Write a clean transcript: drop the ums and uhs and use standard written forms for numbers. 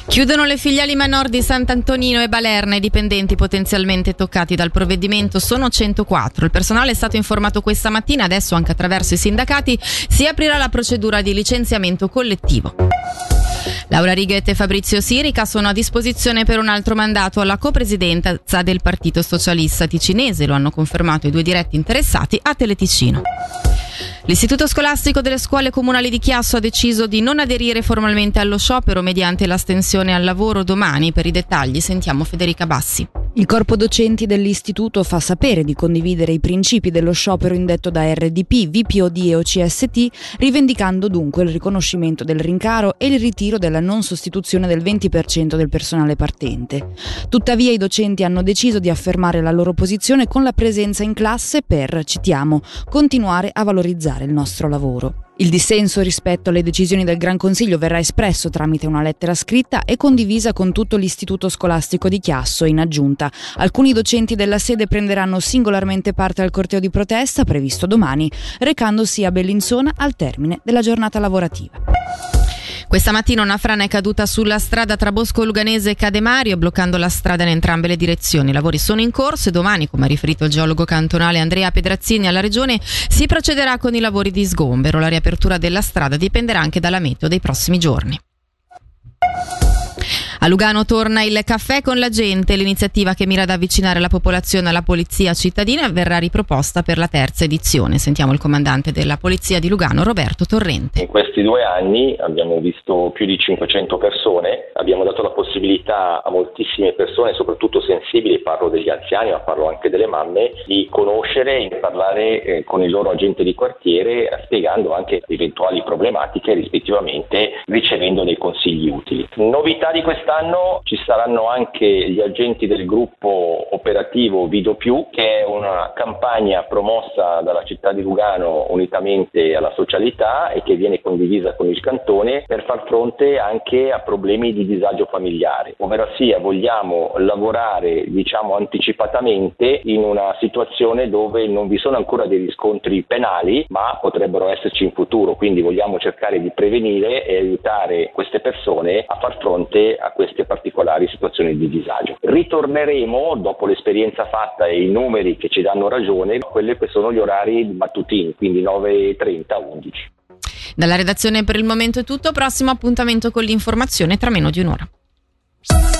Chiudono le filiali Manor di Sant'Antonino e Balerna. I dipendenti potenzialmente toccati dal provvedimento sono 104. Il personale è stato informato questa mattina, adesso anche attraverso i sindacati si aprirà la procedura di licenziamento collettivo. Laura Righet e Fabrizio Sirica sono a disposizione per un altro mandato alla copresidenza del Partito Socialista Ticinese, lo hanno confermato i due diretti interessati a Teleticino. L'Istituto Scolastico delle Scuole Comunali di Chiasso ha deciso di non aderire formalmente allo sciopero mediante l'astensione al lavoro domani. Per i dettagli sentiamo Federica Bassi. Il corpo docenti dell'istituto fa sapere di condividere i principi dello sciopero indetto da RDP, VPOD e OCST, rivendicando dunque il riconoscimento del rincaro e il ritiro della non sostituzione del 20% del personale partente. Tuttavia i docenti hanno deciso di affermare la loro posizione con la presenza in classe per, citiamo, continuare a valorizzare il nostro lavoro. Il dissenso rispetto alle decisioni del Gran Consiglio verrà espresso tramite una lettera scritta e condivisa con tutto l'istituto scolastico di Chiasso. In aggiunta, alcuni docenti della sede prenderanno singolarmente parte al corteo di protesta previsto domani, recandosi a Bellinzona al termine della giornata lavorativa. Questa mattina una frana è caduta sulla strada tra Bosco Luganese e Cademario, bloccando la strada in entrambe le direzioni. I lavori sono in corso e domani, come ha riferito il geologo cantonale Andrea Pedrazzini alla Regione, si procederà con i lavori di sgombero. La riapertura della strada dipenderà anche dalla meteo dei prossimi giorni. A Lugano torna il caffè con la gente, l'iniziativa che mira ad avvicinare la popolazione alla polizia cittadina verrà riproposta per la terza edizione. Sentiamo il comandante della polizia di Lugano, Roberto Torrente. In questi 2 anni abbiamo visto più di 500 persone, abbiamo dato la possibilità a moltissime persone, soprattutto sensibili, parlo degli anziani ma parlo anche delle mamme, di conoscere e parlare con il loro agente di quartiere, spiegando anche eventuali problematiche rispettivamente, ricevendo dei consigli utili. Novità di quest'anno ci saranno anche gli agenti del gruppo operativo Vido Più, che è una campagna promossa dalla città di Lugano unitamente alla socialità e che viene condivisa con il cantone per far fronte anche a problemi di disagio familiare, ovvero sia vogliamo lavorare anticipatamente in una situazione dove non vi sono ancora dei riscontri penali ma potrebbero esserci in futuro, quindi vogliamo cercare di prevenire e aiutare queste persone a far fronte a queste particolari situazioni di disagio. Ritorneremo, dopo l'esperienza fatta e i numeri che ci danno ragione, a quelli che sono gli orari mattutini, quindi 9:30, 11. Dalla redazione per il momento è tutto, prossimo appuntamento con l'informazione tra meno di un'ora.